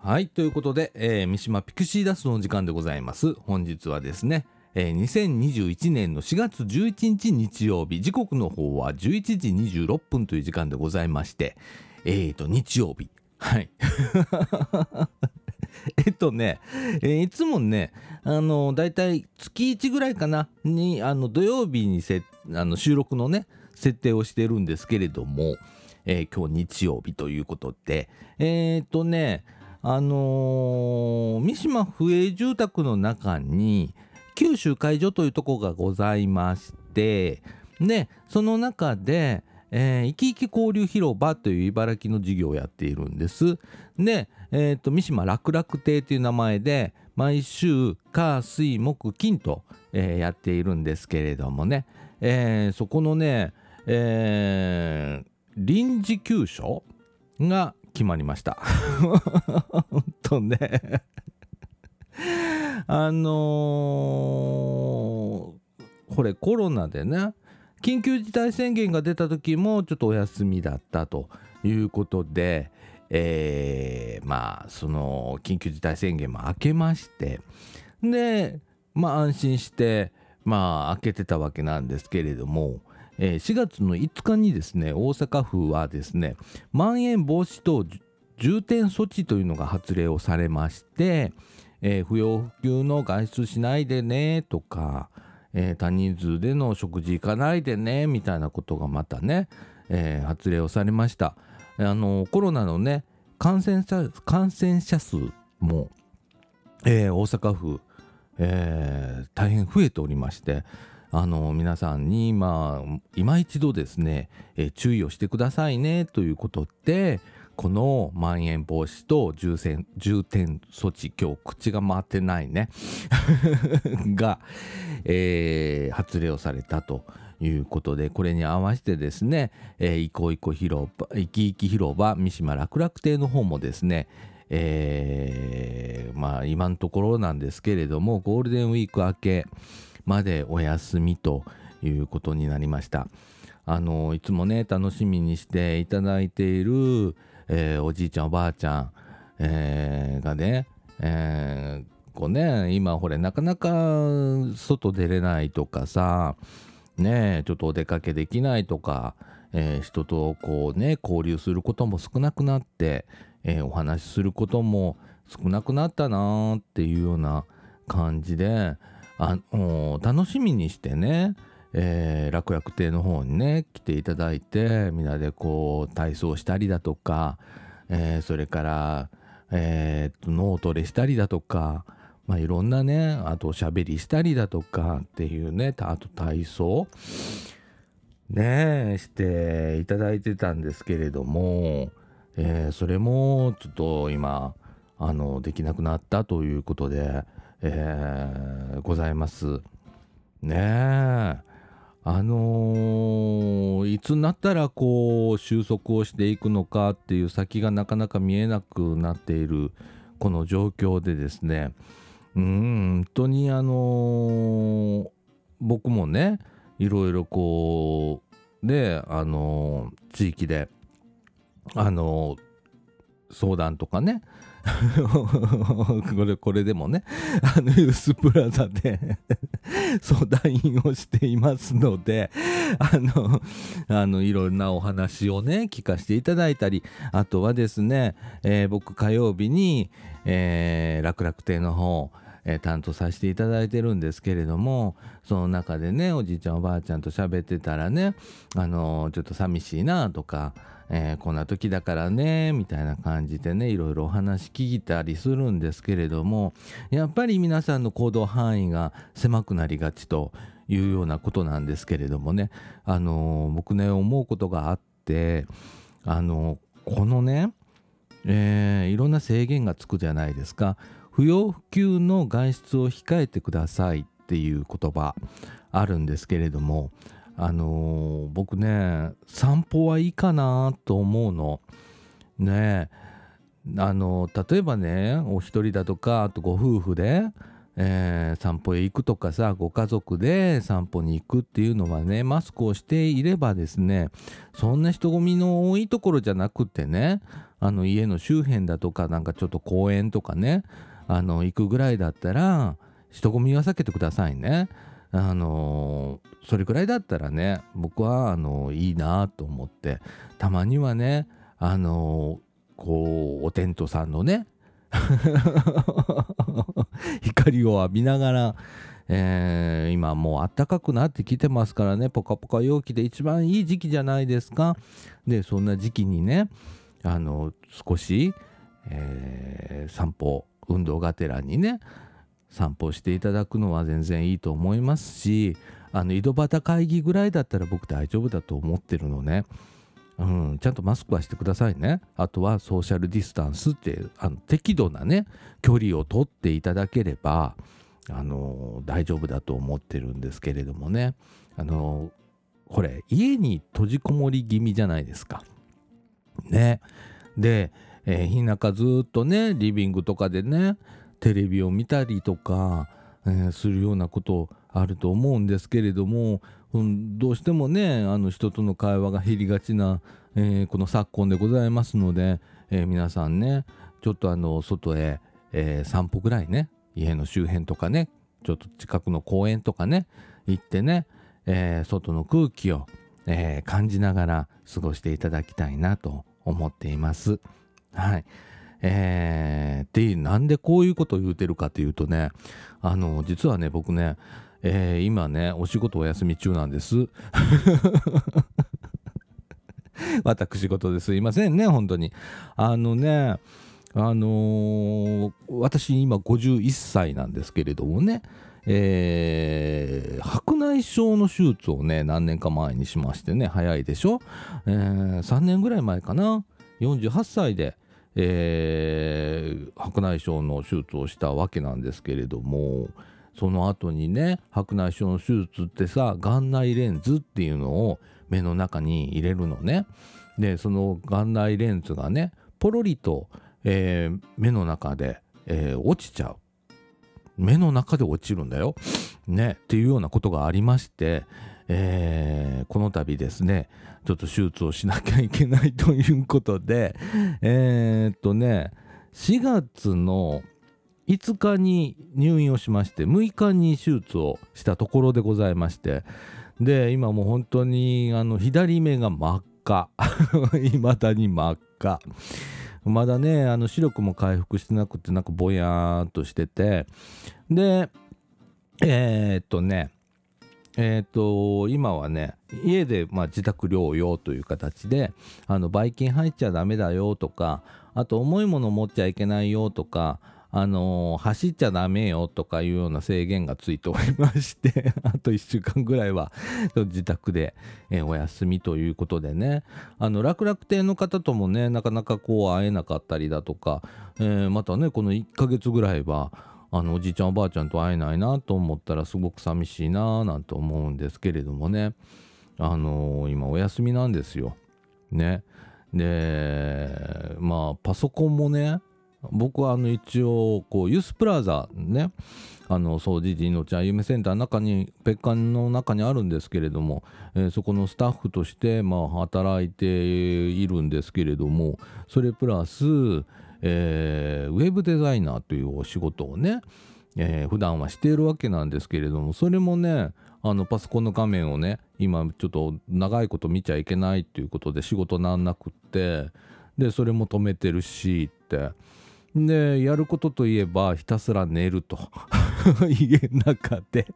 はい、ということで、三島ピクシーダストの時間でございます。本日はですね、2021年の4月11日日曜日、時刻の方は11時26分という時間でございまして、日曜日。はい。いつもね、だいたい月1ぐらいかな、に、土曜日に収録のね、設定をしてるんですけれども、今日日曜日ということで、三島府営住宅の中に九州会所というところがございまして、でその中で、いきいき交流広場という茨城の事業をやっているんです。で、三島楽々亭という名前で毎週火水木金と、やっているんですけれどもね、そこのね、臨時休所が決まりました。ねこれコロナでね、緊急事態宣言が出た時もちょっとお休みだったということで、その緊急事態宣言も明けまして、で安心して開けてたわけなんですけれども、4月の5日にですね、大阪府はですね、まん延防止等重点措置というのが発令をされまして、不要不急の外出しないでねとか、多人数での食事行かないでねみたいなことがまたね、発令をされました。コロナのね感染者数も、大阪府、大変増えておりまして、皆さんに今一度ですね、注意をしてくださいねということで、このまん延防止と重点措置、今日口が回ってないねが、発令をされたということで、これに合わせてですね、いきいき広場三島楽々亭の方もですね、今のところなんですけれども、ゴールデンウィーク明けまでお休みということになりました。いつもね楽しみにしていただいている、おじいちゃんおばあちゃん、がね、今なかなか外出れないとかさね、ちょっとお出かけできないとか、人と交流することも少なくなって、お話しすることも少なくなったなっていうような感じで、楽しみにしてね、楽々亭の方にね来ていただいて、みんなで体操したりだとか、それから、脳トレしたりだとか、いろんなね、あとおしゃべりしたりだとかっていうね、あと体操ねしていただいてたんですけれども、それもちょっと今できなくなったということで、ございますね。いつになったら収束をしていくのかっていう先がなかなか見えなくなっているこの状況でですね、本当に僕もねいろいろ地域で相談とかねこれでもねユースプラザで相談員をしていますので、いろんなお話をね聞かせていただいたり、あとはですね、僕火曜日に、楽々亭の方担当させていただいてるんですけれども、その中でねおじいちゃんおばあちゃんと喋ってたらね、ちょっと寂しいなとか、こんな時だからねみたいな感じでねいろいろお話聞いたりするんですけれども、やっぱり皆さんの行動範囲が狭くなりがちというようなことなんですけれどもね、僕ね思うことがあって、このね、いろんな制限がつくじゃないですか。不要不急の外出を控えてくださいっていう言葉あるんですけれども、僕ね散歩はいいかなと思うのね。例えばねお一人だとか、あとご夫婦で、 散歩へ行くとかさ、ご家族で散歩に行くっていうのはね、マスクをしていればですね、そんな人混みの多いところじゃなくてね、家の周辺だとか、なんかちょっと公園とかね、行くぐらいだったら人混みは避けてくださいね。それくらいだったらね、僕はいいなと思って、たまにはね、こうおテントさんのね光を浴びながら、今もう暖かくなってきてますからね、ポカポカ陽気で一番いい時期じゃないですか。でそんな時期にね、少し、散歩運動がてらにね散歩していただくのは全然いいと思いますし、井戸端会議ぐらいだったら僕大丈夫だと思ってるのね。ちゃんとマスクはしてくださいね。あとはソーシャルディスタンスって適度なね距離を取っていただければ大丈夫だと思ってるんですけれどもね。これ家に閉じこもり気味じゃないですかね。で、日中ずっとねリビングとかでねテレビを見たりとか、するようなことあると思うんですけれども、どうしてもね人との会話が減りがちな、この昨今でございますので、皆さんねちょっと外へ、散歩ぐらいね、家の周辺とかね、ちょっと近くの公園とかね行ってね、外の空気を、感じながら過ごしていただきたいなと思っています。はい。なんでこういうことを言うてるかというとね、実はね僕ね、今ねお仕事お休み中なんです私事ですいませんね本当に。私今51歳なんですけれどもね、白内障の手術をね何年か前にしましてね、早いでしょ、3年ぐらい前かな、48歳で、白内障の手術をしたわけなんですけれども、その後にね白内障の手術ってさ、眼内レンズっていうのを目の中に入れるのね。でその眼内レンズがねポロリと、目の中で、落ちちゃう。目の中で落ちるんだよねっていうようなことがありまして、この度ですねちょっと手術をしなきゃいけないということで、4月の5日に入院をしまして、6日に手術をしたところでございまして、で今もう本当に左目が真っ赤いまだに真っ赤、まだね視力も回復してなくて、なんかぼやーんとしてて、で今はね家で、自宅療養という形でばい菌入っちゃダメだよとか、あと重いもの持っちゃいけないよとか、走っちゃダメよとかいうような制限がついておりましてあと1週間ぐらいは自宅で、お休みということでね、楽々亭の方ともねなかなかこう会えなかったりだとか、またねこの1ヶ月ぐらいはおじいちゃんおばあちゃんと会えないなと思ったらすごく寂しいななんて思うんですけれどもね、今お休みなんですよね。でパソコンもね、僕は一応こうユースプラザね、総持寺のちゃん夢センターの中に別館の中にあるんですけれども、そこのスタッフとして働いているんですけれども、それプラス、ウェブデザイナーというお仕事をね、普段はしているわけなんですけれども、それもねパソコンの画面をね今ちょっと長いこと見ちゃいけないっていうことで仕事なんなくって、でそれも止めてるしって、でやることといえばひたすら寝ると家の中で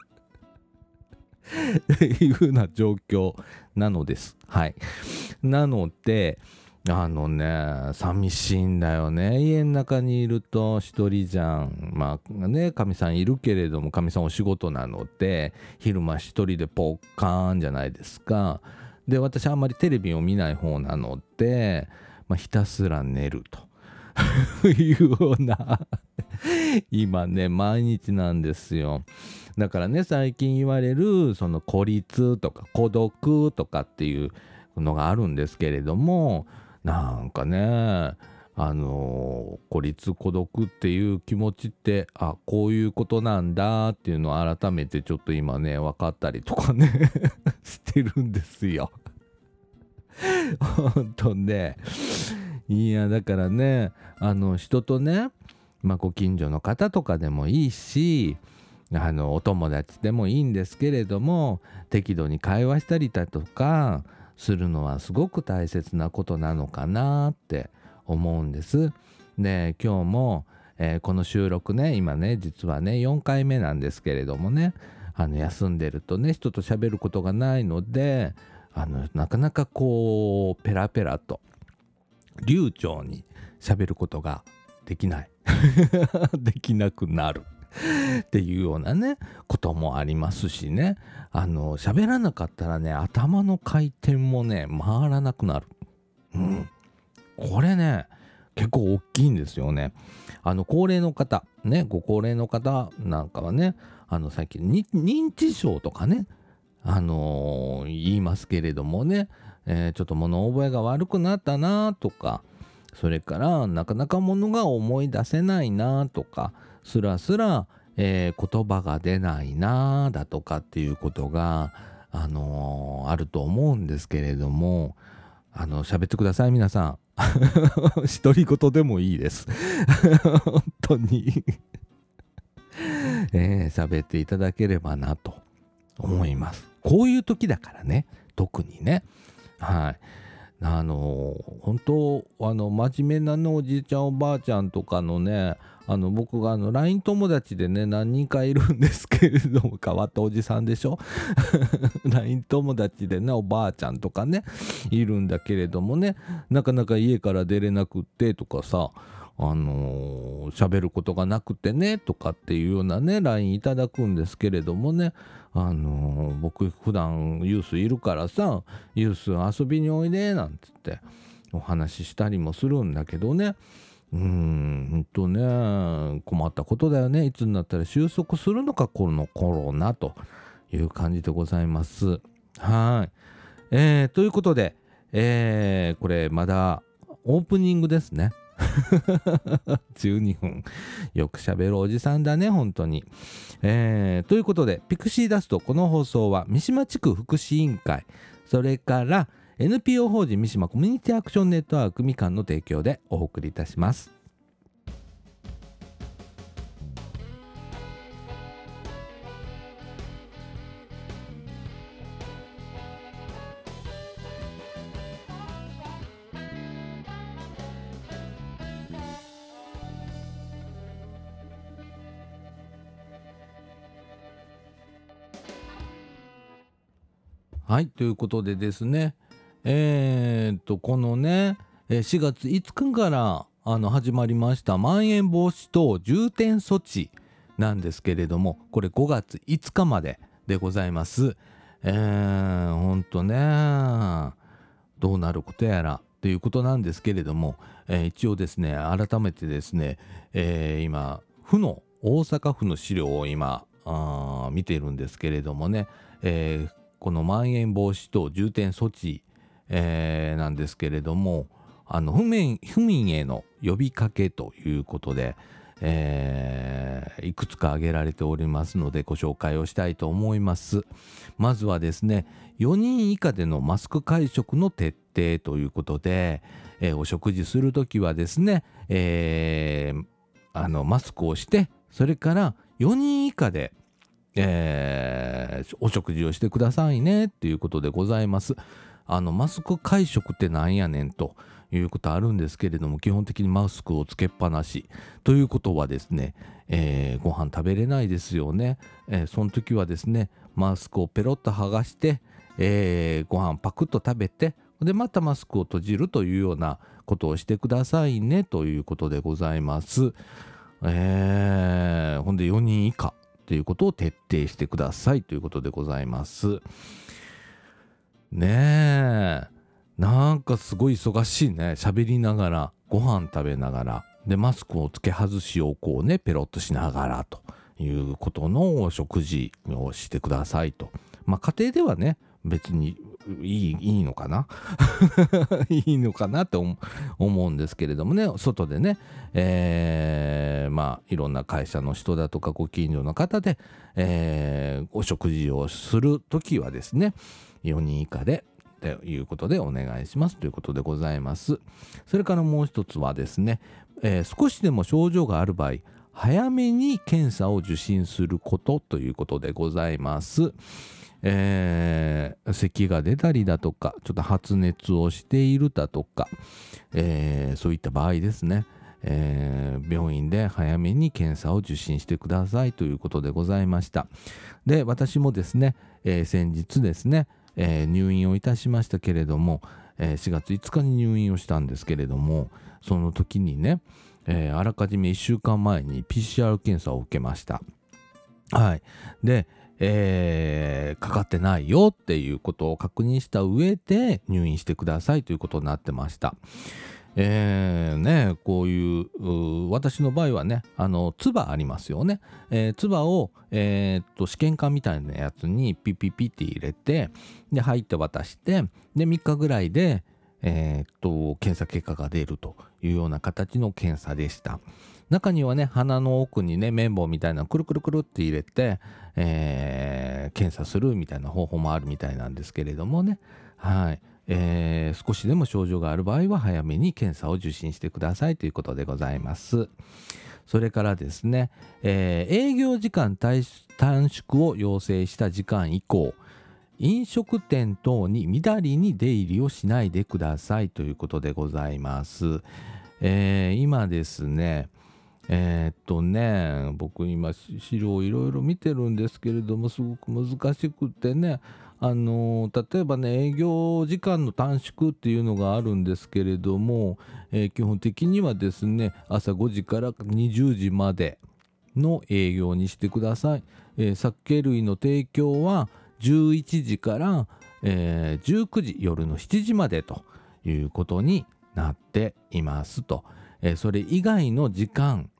っていう風な状況なのです。はい。なので寂しいんだよね、家の中にいると。一人じゃん。かみさんいるけれども、かみさんお仕事なので昼間一人でポッカーンじゃないですか。で私あんまりテレビを見ない方なので、ひたすら寝るというような今ね毎日なんですよ。だからね最近言われるその孤立とか孤独とかっていうのがあるんですけれども、なんかね孤立孤独っていう気持ちってこういうことなんだっていうのを改めてちょっと今ね分かったりとかねしてるんですよ本当ね。いやだからね人とね、ご近所の方とかでもいいしお友達でもいいんですけれども、適度に会話したりだとかするのはすごく大切なことなのかなって思うんです。で今日も、この収録ね今ね実はね4回目なんですけれどもね、休んでるとね人と喋ることがないのでなかなかこうペラペラと流暢に喋ることができないできなくなるっていうようなねこともありますしね、喋らなかったらね頭の回転もね回らなくなる。これね結構大きいんですよね。高齢の方ね、ご高齢の方なんかはね最近認知症とかね言いますけれどもね、ちょっと物覚えが悪くなったなとか、それからなかなか物が思い出せないなとか、スラスラ、言葉が出ないなだとかっていうことが、あると思うんですけれども、喋ってください皆さん独り言でもいいです本当に喋っていただければなと思います。こういう時だからね、特にね。はい。本当真面目なねおじいちゃんおばあちゃんとかのね僕がLINE 友達でね何人かいるんですけれども、変わったおじさんでしょLINE 友達でねおばあちゃんとかねいるんだけれどもね、なかなか家から出れなくってとかさ、喋ることがなくてねとかっていうようなね LINE いただくんですけれどもね、僕普段ユースいるからさ、ユース遊びにおいでなんつってお話ししたりもするんだけどね、困ったことだよね。いつになったら収束するのかこのコロナという感じでございます。はい、ということで、これまだオープニングですね12分よく喋るおじさんだね本当に。ということでピクシーダスト、この放送は三島地区福祉委員会、それから NPO 法人三島コミュニティアクションネットワークみかんの提供でお送りいたします。はい、ということでですね、このね、4月5日から始まりましたまん延防止等重点措置なんですけれども、これ5月5日まででございます。ほんとね、どうなることやらということなんですけれども、一応ですね、改めてですね、今、大阪府の資料を今、見ているんですけれどもね、このまん延防止等重点措置、なんですけれども、府民への呼びかけということで、いくつか挙げられておりますのでご紹介をしたいと思います。まずはですね、4人以下でのマスク会食の徹底ということで、お食事するときはですね、マスクをして、それから4人以下でお食事をしてくださいねっていうことでございます。マスク会食ってなんやねんということあるんですけれども、基本的にマスクをつけっぱなしということはですね、ご飯食べれないですよね。その時はですねマスクをペロッと剥がして、ご飯パクッと食べて、でまたマスクを閉じるというようなことをしてくださいねということでございます。ほんで4人以下ということを徹底してくださいということでございます。ねえ、なんかすごい忙しいね。喋りながらご飯食べながらでマスクをつけ外しをこうねペロッとしながらということのお食事をしてくださいと。家庭ではね別にいいのかないいのかなって思うんですけれどもね、外でね、いろんな会社の人だとかご近所の方で、お食事をするときはですね、4人以下でということでお願いしますということでございます。それからもう一つはですね、少しでも症状がある場合、早めに検査を受診することということでございます。咳が出たりだとか、ちょっと発熱をしているだとか、そういった場合ですね、病院で早めに検査を受診してくださいということでございました。で、私もですね、先日ですね、入院をいたしましたけれども、4月5日に入院をしたんですけれども、その時にね、あらかじめ1週間前に PCR 検査を受けました。はい。で、かかってないよっていうことを確認した上で入院してくださいということになってました。こういう私の場合はね、唾ありますよね。唾を、試験管みたいなやつにピッピッピッって入れて、で入って渡して、で3日ぐらいで、検査結果が出るというような形の検査でした。中にはね、鼻の奥にね、綿棒みたいなのくるくるくるって入れて、検査するみたいな方法もあるみたいなんですけれどもね。はい。少しでも症状がある場合は早めに検査を受診してくださいということでございます。それからですね、営業時間短縮を要請した時間以降、飲食店等にみだりに出入りをしないでくださいということでございます。今ですね、僕今資料いろいろ見てるんですけれども、すごく難しくてね、例えばね、営業時間の短縮っていうのがあるんですけれども、基本的にはですね、朝5時から20時までの営業にしてください。酒類の提供は11時から、19時、夜の7時までということになっていますと。それ以外の時間、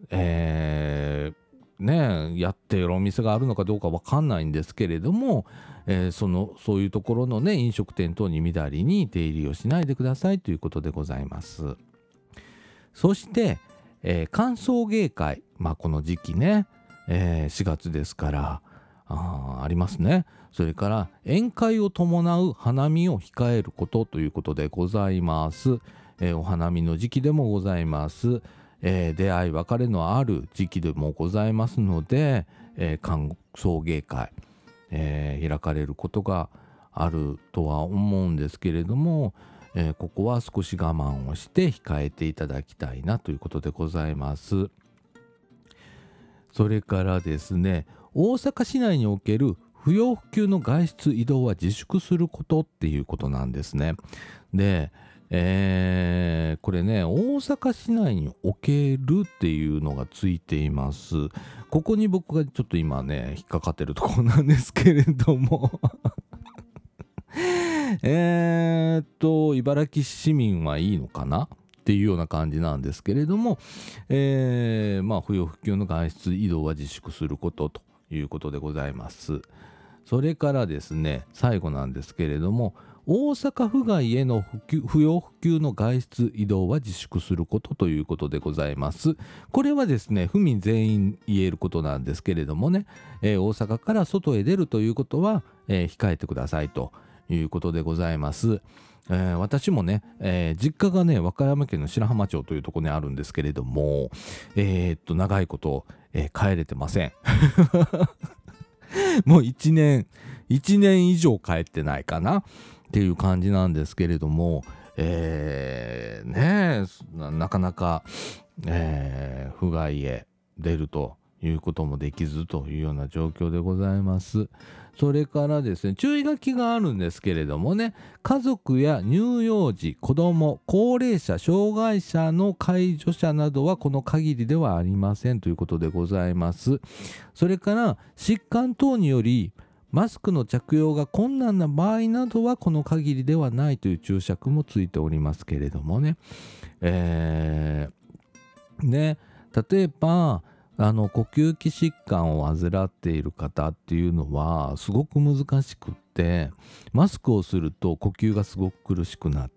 やっているお店があるのかどうかわかんないんですけれども、そういうところのね、飲食店等にみだりに出入りをしないでくださいということでございます。そして、歓送迎会、この時期ね、4月ですからありますね。それから宴会を伴う花見を控えることということでございます。お花見の時期でもございます。出会い別れのある時期でもございますので、歓送迎会、開かれることがあるとは思うんですけれども、ここは少し我慢をして控えていただきたいなということでございます。それからですね、大阪市内における不要不急の外出移動は自粛することっていうことなんですね。で、これね、大阪市内におけるっていうのがついています。ここに僕がちょっと今ね、引っかかってるところなんですけれども茨城市民はいいのかなっていうような感じなんですけれども、不要不急の外出移動は自粛することということでございます。それからですね、最後なんですけれども、大阪府外への不要不急の外出移動は自粛することということでございます。これはですね、府民全員言えることなんですけれどもね、大阪から外へ出るということは、控えてくださいということでございます。私もね、実家がね、和歌山県の白浜町というところにあるんですけれども、長いこと、帰れてません。もう1年以上帰ってないかなっていう感じなんですけれども、なかなか、府外へ出るということもできずというような状況でございます。それからですね、注意書きがあるんですけれどもね、家族や乳幼児、子ども、高齢者、障害者の介助者などはこの限りではありませんということでございます。それから疾患等によりマスクの着用が困難な場合などはこの限りではないという注釈もついておりますけれどもね、例えば呼吸器疾患を患っている方っていうのはすごく難しくっってマスクをすると呼吸がすごく苦しくなって、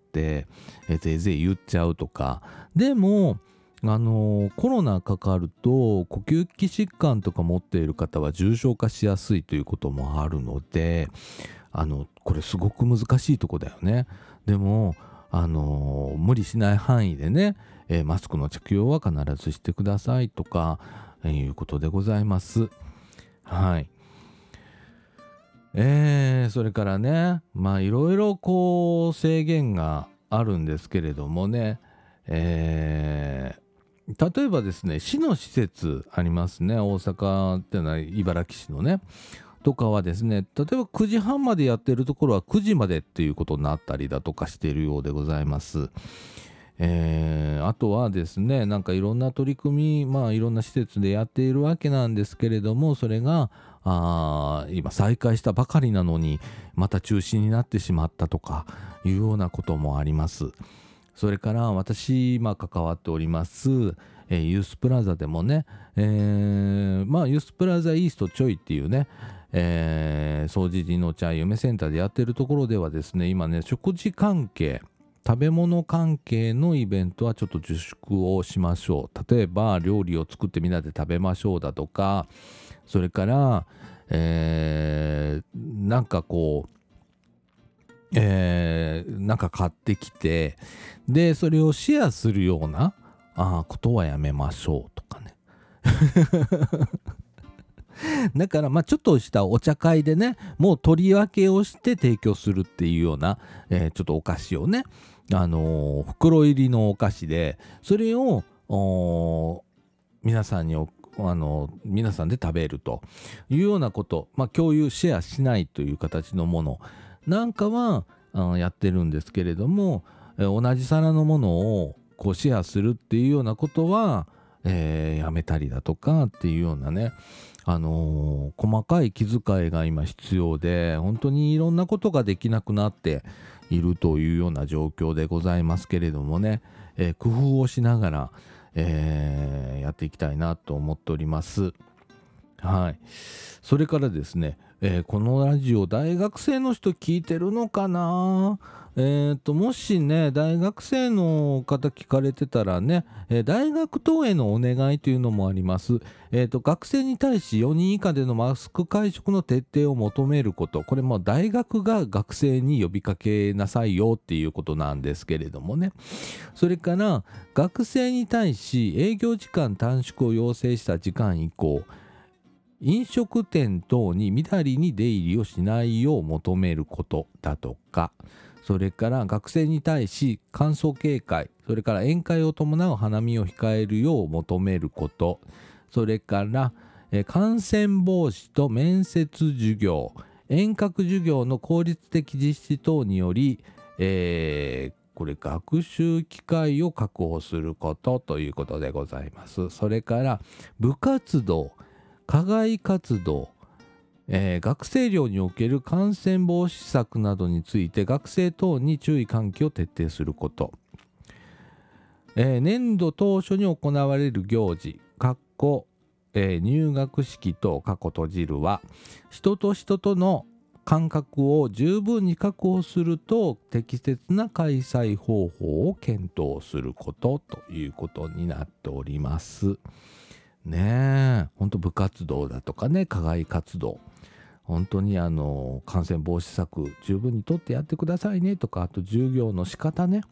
ぜいぜい言っちゃうとか。でもコロナかかると呼吸器疾患とか持っている方は重症化しやすいということもあるので、これすごく難しいとこだよね。でも無理しない範囲でね、マスクの着用は必ずしてくださいとか、いうことでございます。はい。それからね、いろいろこう制限があるんですけれどもね、例えばですね、市の施設ありますね。大阪っていうのは茨城市のねとかはですね、例えば9時半までやってるところは9時までっていうことになったりだとかしているようでございます。あとはですね、なんかいろんな取り組み、いろんな施設でやっているわけなんですけれども、それが今再開したばかりなのにまた中止になってしまったとかいうようなこともあります。それから私、関わっております、ユースプラザでもね、ユースプラザイーストちょいっていうね、総持寺の茶夢センターでやってるところではですね、今ね、食事関係、食べ物関係のイベントはちょっと自粛をしましょう。例えば料理を作ってみんなで食べましょうだとか、それから、なんかこうなんか買ってきて、でそれをシェアするようなことはやめましょうとかね。だからちょっとしたお茶会でね、もう取り分けをして提供するっていうような、ちょっとお菓子をね、袋入りのお菓子でそれを皆さんに皆さんで食べるというようなこと、共有シェアしないという形のものなんかはやってるんですけれども、同じ皿のものをこうシェアするっていうようなことは、やめたりだとかっていうようなね、細かい気遣いが今必要で、本当にいろんなことができなくなっているというような状況でございますけれどもね、工夫をしながら、やっていきたいなと思っております。はい。それからですね、このラジオ大学生の人聞いてるのかな。もしね大学生の方聞かれてたらね、大学等へのお願いというのもあります。学生に対し4人以下でのマスク会食の徹底を求めること、これも大学が学生に呼びかけなさいよっていうことなんですけれどもね。それから学生に対し営業時間短縮を要請した時間以降、飲食店等にみだりに出入りをしないよう求めることだとか、それから学生に対し歓送迎会、それから宴会を伴う花見を控えるよう求めること、それから感染防止と面接授業、遠隔授業の効率的実施等により、これ学習機会を確保することということでございます。それから部活動、課外活動、学生寮における感染防止策などについて学生等に注意喚起を徹底すること、年度当初に行われる行事入学式等閉じるは人と人との間隔を十分に確保すると適切な開催方法を検討することということになっておりますね。本当部活動だとかね、課外活動、本当に感染防止策十分にとってやってくださいねとか、あと授業の仕方ね、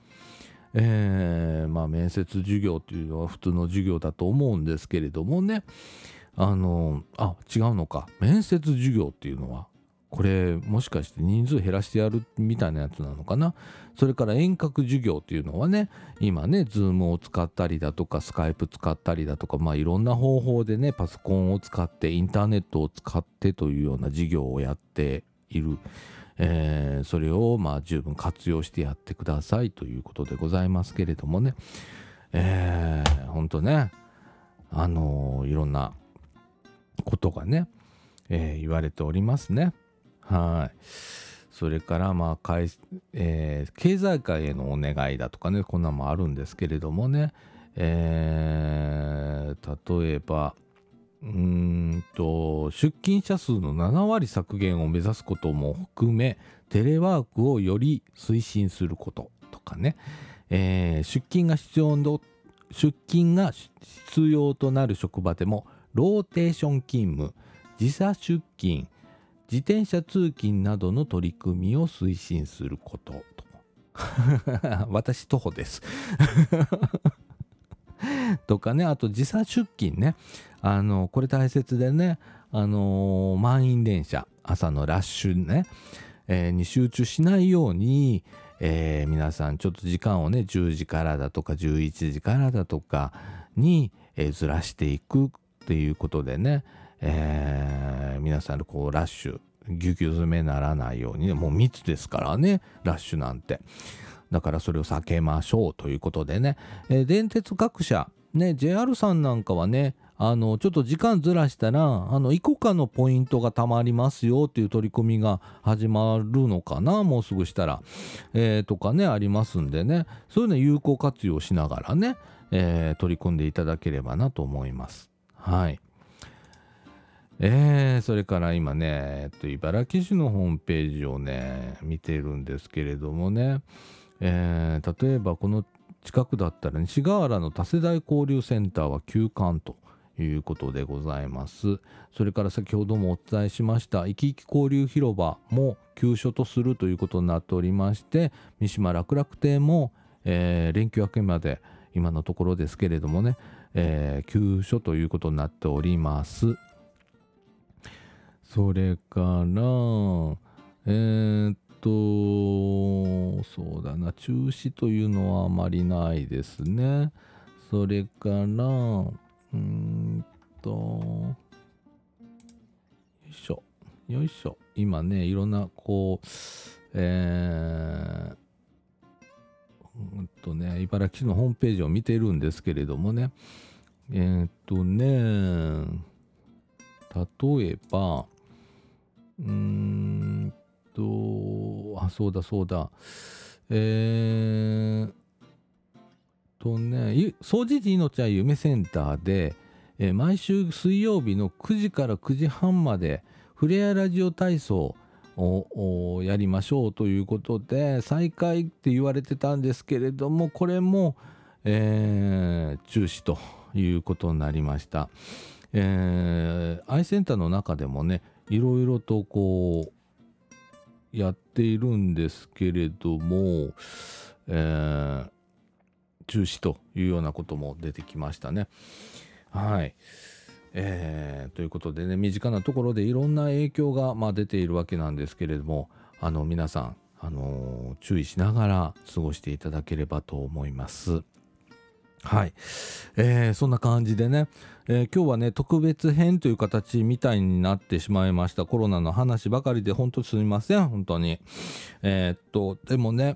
面接授業っていうのは普通の授業だと思うんですけれどもね、違うのか、面接授業っていうのはこれもしかして人数減らしてやるみたいなやつなのかな。それから遠隔授業っていうのはね、今ね Zoom を使ったりだとかスカイプ使ったりだとか、いろんな方法でねパソコンを使ってインターネットを使ってというような授業をやっている、それを十分活用してやってくださいということでございますけれどもね、ほんとねいろんなことがね、言われておりますね。はい。それから経済界へのお願いだとかね、こんなのもあるんですけれどもね、例えば出勤者数の7割削減を目指すことも含め、テレワークをより推進することとかね、出勤が必要となる職場でもローテーション勤務、時差出勤、自転車通勤などの取り組みを推進することと私徒歩ですとかね、あと時差出勤ね、これ大切でね、満員電車、朝のラッシュね、に集中しないように、皆さんちょっと時間をね、10時からだとか11時からだとかに、ずらしていくっていうことでね、皆さんのこうラッシュぎゅぎゅ詰めならないようにね、もう密ですからね、ラッシュなんて。だからそれを避けましょうということでね、電鉄各社ね、 JR さんなんかはね、ちょっと時間ずらしたらイコカのポイントがたまりますよっていう取り組みが始まるのかな、もうすぐしたら、とかねありますんでね、そういうの有効活用しながらね、取り組んでいただければなと思います。はい。それから今ね、茨城市のホームページをね見てるんですけれどもね、例えばこの近くだったら西河原の多世代交流センターは休館ということでございます。それから先ほどもお伝えしましたいきいき交流広場も休所とするということになっておりまして、三島楽楽亭も、連休明けまで今のところですけれどもね、休所ということになっております。それからそうだな、中止というのはあまりないですね。それからよいしょよいしょ、今ねいろんなこう茨城市のホームページを見てるんですけれどもね、例えばそうだそうだ、総除寺命は夢センターで、毎週水曜日の9時から9時半までフレアラジオ体操をやりましょうということで再開って言われてたんですけれども、これも、中止ということになりました。アイセンターの中でもねいろいろとこうやっているんですけれども、中止というようなことも出てきましたね。はい。ということでね、身近なところでいろんな影響が、出ているわけなんですけれども、皆さん、注意しながら過ごしていただければと思います。はい、そんな感じでね、今日はね特別編という形みたいになってしまいました。コロナの話ばかりで本当すみません、本当に。でもね、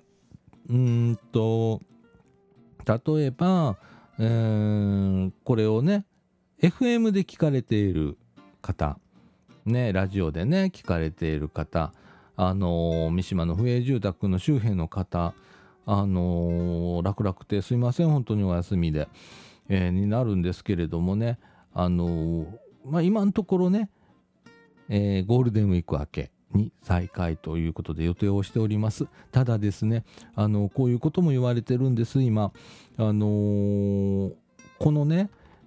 例えば、これをね FM で聞かれている方ね、ラジオでね聞かれている方、三島の不営住宅の周辺の方、楽々亭すいません本当にお休みで、になるんですけれどもね、今のところね、ゴールデンウィーク明けに再開ということで予定をしております。ただですね、こういうことも言われてるんです。今このね、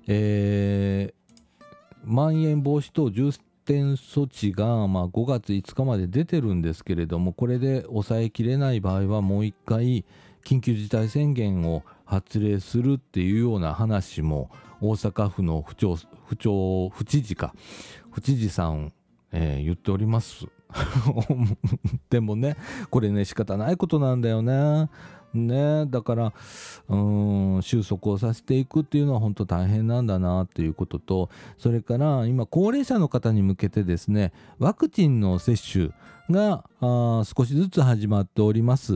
まん延防止等重点措置が、5月5日まで出てるんですけれども、これで抑えきれない場合はもう一回緊急事態宣言を発令するっていうような話も大阪府の府知事さん、言っておりますでもねこれね仕方ないことなんだよね。だから収束をさせていくっていうのは本当大変なんだなっていうことと、それから今高齢者の方に向けてですねワクチンの接種が少しずつ始まっております。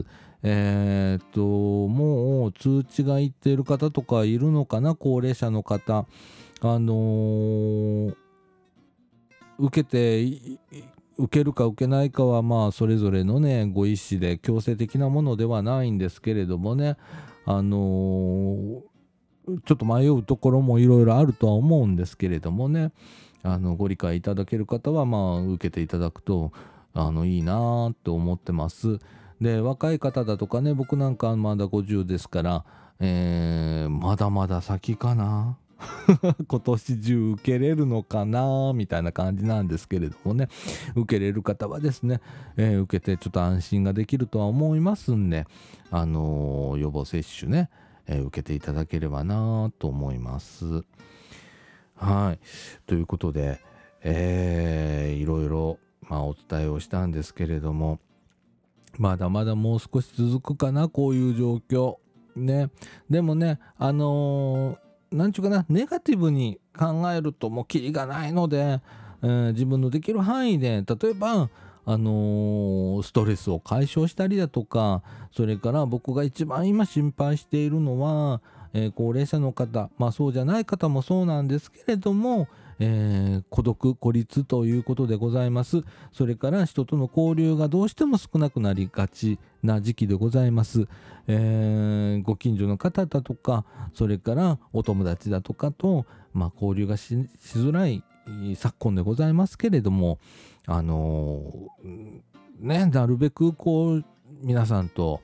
もう通知がいっている方とかいるのかな、高齢者の方。受けるか受けないかはそれぞれのねご意思で強制的なものではないんですけれどもね、 ちょっと迷うところもいろいろあるとは思うんですけれどもね、ご理解いただける方は受けていただくといいなーって思ってます。で、若い方だとかね、僕なんかまだ50ですから、まだまだ先かな今年中受けれるのかなみたいな感じなんですけれどもね、受けれる方はですね、受けてちょっと安心ができるとは思いますんで、予防接種ね、受けていただければなと思います。はい。ということで、いろいろ、お伝えをしたんですけれども、まだまだもう少し続くかな、こういう状況。ね。でもね、なんちゅうかな、ネガティブに考えるともうキリがないので、自分のできる範囲で、例えば、ストレスを解消したりだとか、それから僕が一番今心配しているのは、高齢者の方、そうじゃない方もそうなんですけれども、孤独孤立ということでございます。それから人との交流がどうしても少なくなりがちな時期でございます。ご近所の方だとか、それからお友達だとかと、交流がしづらい昨今でございますけれども、なるべくこう皆さんと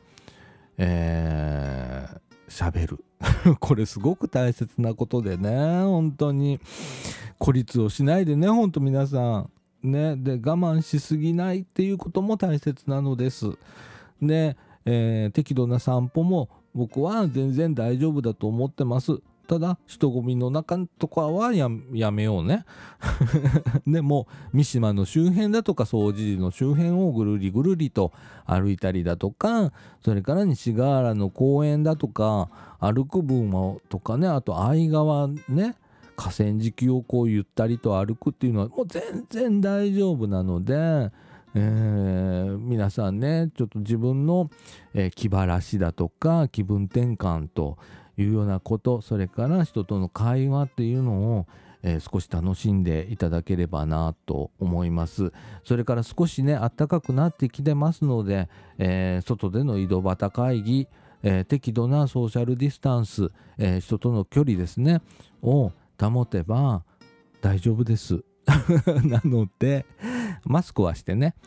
喋るこれすごく大切なことでね、本当に孤立をしないでね、本当皆さんね、で我慢しすぎないっていうことも大切なのです。で、適度な散歩も僕は全然大丈夫だと思ってます。ただ人混みの中とかはやめようねでも三島の周辺だとか総除寺の周辺をぐるりぐるりと歩いたりだとか、それから西河原の公園だとか歩く分もとかね、あと相川ね、河川敷をこうゆったりと歩くっていうのはもう全然大丈夫なので、皆さんね、ちょっと自分の、気晴らしだとか気分転換というようなこと、それから人との会話っていうのを、少し楽しんでいただければなと思います。それから少しね、暖かくなってきてますので、外での井戸端会議、適度なソーシャルディスタンス、人との距離ですねを保てば大丈夫ですなのでマスクはしてね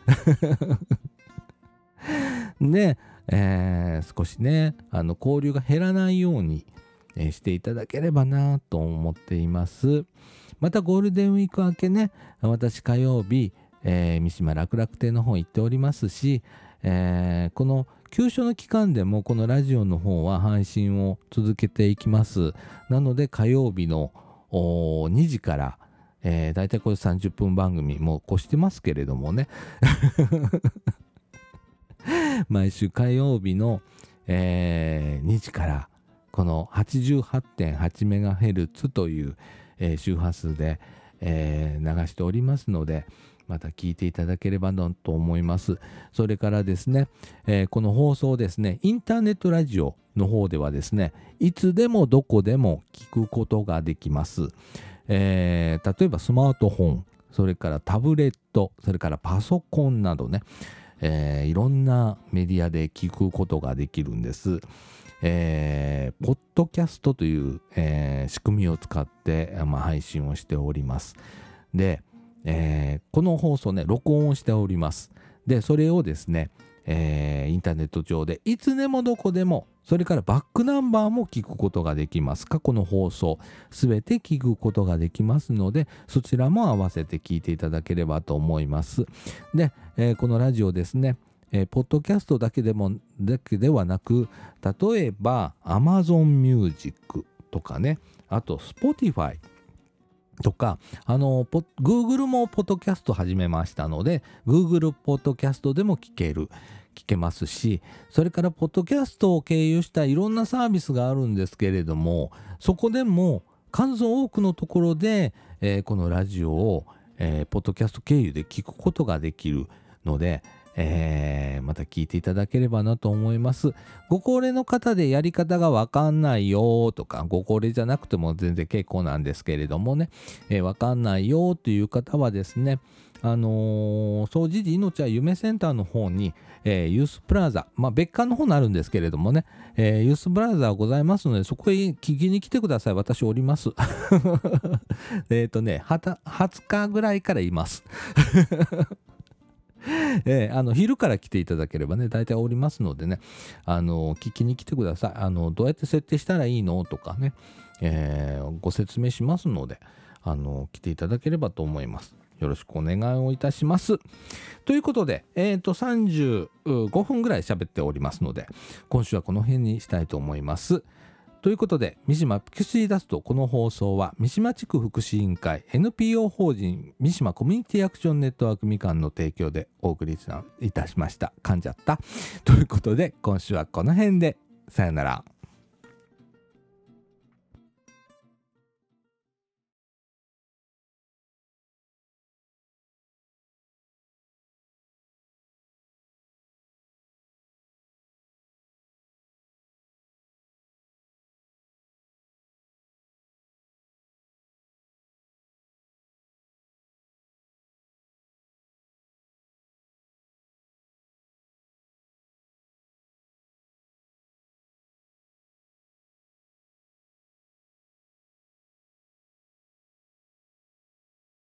で、少しね交流が減らないように、していただければなと思っています。またゴールデンウィーク明けね、私火曜日、三島楽楽亭の方行っておりますし、この休所の期間でもこのラジオの方は配信を続けていきます。なので火曜日の2時から、だいたいこれ30分番組もう越してますけれどもね毎週火曜日の、2時からこの 88.8MHz という、周波数で、流しておりますので、また聞いていただければなと思います。それからですね、この放送ですね、インターネットラジオの方ではですね、いつでもどこでも聞くことができます。例えばスマートフォン、それからタブレット、それからパソコンなどね、いろんなメディアで聞くことができるんです。ポッドキャストという、仕組みを使って、配信をしております。で、この放送ね、録音をしております。で、それをですね、インターネット上でいつでもどこでも、それからバックナンバーも聞くことができます。過去の放送すべて聞くことができますので、そちらも合わせて聞いていただければと思います。で、このラジオですね、ポッドキャストだけではなく、例えば Amazon Music とかね、あと Spotify とか、Google もポッドキャスト始めましたので、Google ポッドキャストでも聞けますし、それからポッドキャストを経由したいろんなサービスがあるんですけれども、そこでも数多くのところで、このラジオを、ポッドキャスト経由で聞くことができるので、また聞いていただければなと思います。ご高齢の方でやり方がわかんないよとか、ご高齢じゃなくても全然結構なんですけれどもね、わかんないよという方はですね、 総除寺命は夢センターの方に、ユースプラザ、別館の方になるんですけれどもね、ユースプラザございますので、そこへ聞きに来てください。私おります。20日ぐらいからいます。昼から来ていただければね、大体おりますのでね、聞きに来てください。どうやって設定したらいいのとかね、ご説明しますので、来ていただければと思います。よろしくお願いをいたします。ということで、35分ぐらい喋っておりますので、今週はこの辺にしたいと思います。ということで、三島ピクシーダスト、この放送は三島地区福祉委員会 NPO 法人三島コミュニティアクションネットワークみかんの提供でお送りいたしました。噛んじゃった。ということで、今週はこの辺で、さよなら。